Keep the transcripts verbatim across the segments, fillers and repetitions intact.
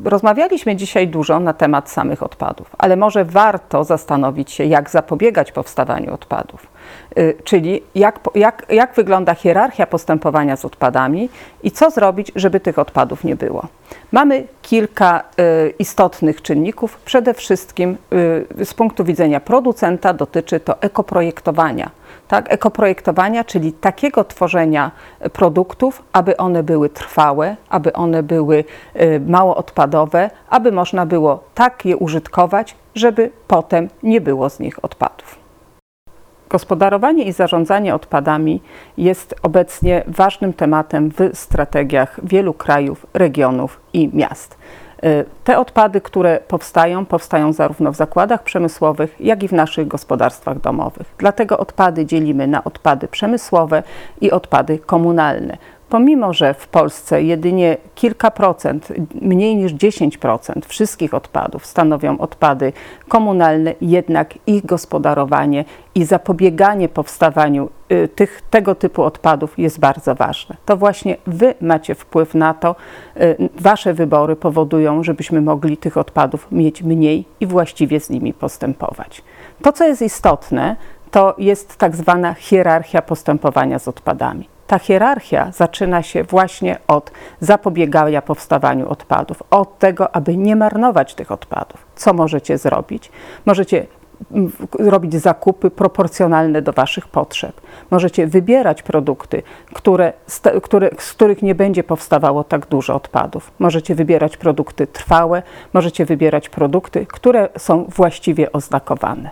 Rozmawialiśmy dzisiaj dużo na temat samych odpadów, ale może warto zastanowić się, jak zapobiegać powstawaniu odpadów. Czyli jak, jak, jak wygląda hierarchia postępowania z odpadami i co zrobić, żeby tych odpadów nie było. Mamy kilka y, istotnych czynników. Przede wszystkim y, z punktu widzenia producenta dotyczy to ekoprojektowania. Tak, ekoprojektowania, czyli takiego tworzenia produktów, aby one były trwałe, aby one były y, mało odpadowe, aby można było tak je użytkować, żeby potem nie było z nich odpadów. Gospodarowanie i zarządzanie odpadami jest obecnie ważnym tematem w strategiach wielu krajów, regionów i miast. Te odpady, które powstają, powstają zarówno w zakładach przemysłowych, jak i w naszych gospodarstwach domowych. Dlatego odpady dzielimy na odpady przemysłowe i odpady komunalne. Pomimo że w Polsce jedynie kilka procent, mniej niż dziesięć procent wszystkich odpadów stanowią odpady komunalne, jednak ich gospodarowanie i zapobieganie powstawaniu y, tych, tego typu odpadów jest bardzo ważne. To właśnie Wy macie wpływ na to, y, Wasze wybory powodują, żebyśmy mogli tych odpadów mieć mniej i właściwie z nimi postępować. To, co jest istotne, to jest tak zwana hierarchia postępowania z odpadami. Ta hierarchia zaczyna się właśnie od zapobiegania powstawaniu odpadów, od tego, aby nie marnować tych odpadów. Co możecie zrobić? Możecie robić zakupy proporcjonalne do Waszych potrzeb. Możecie wybierać produkty, które, które, z których nie będzie powstawało tak dużo odpadów. Możecie wybierać produkty trwałe, możecie wybierać produkty, które są właściwie oznakowane.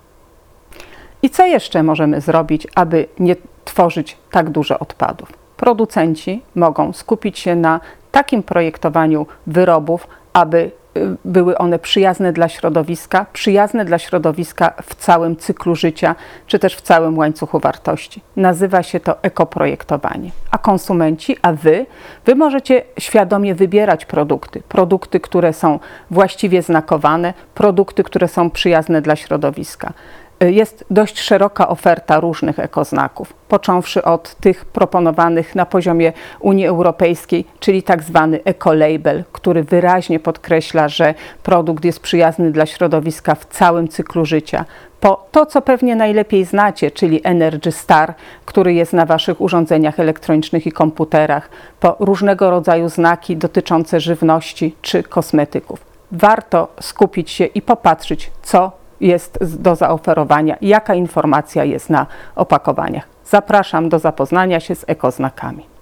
I co jeszcze możemy zrobić, aby nie tworzyć tak dużo odpadów? Producenci mogą skupić się na takim projektowaniu wyrobów, aby były one przyjazne dla środowiska, przyjazne dla środowiska w całym cyklu życia, czy też w całym łańcuchu wartości. Nazywa się to ekoprojektowanie. A konsumenci, a Wy, Wy możecie świadomie wybierać produkty. Produkty, które są właściwie znakowane, produkty, które są przyjazne dla środowiska. Jest dość szeroka oferta różnych ekoznaków, począwszy od tych proponowanych na poziomie Unii Europejskiej, czyli tak zwany ecolabel, który wyraźnie podkreśla, że produkt jest przyjazny dla środowiska w całym cyklu życia, po to, co pewnie najlepiej znacie, czyli Energy Star, który jest na Waszych urządzeniach elektronicznych i komputerach, po różnego rodzaju znaki dotyczące żywności czy kosmetyków. Warto skupić się i popatrzeć, co jest do zaoferowania, jaka informacja jest na opakowaniach. Zapraszam do zapoznania się z ekoznakami.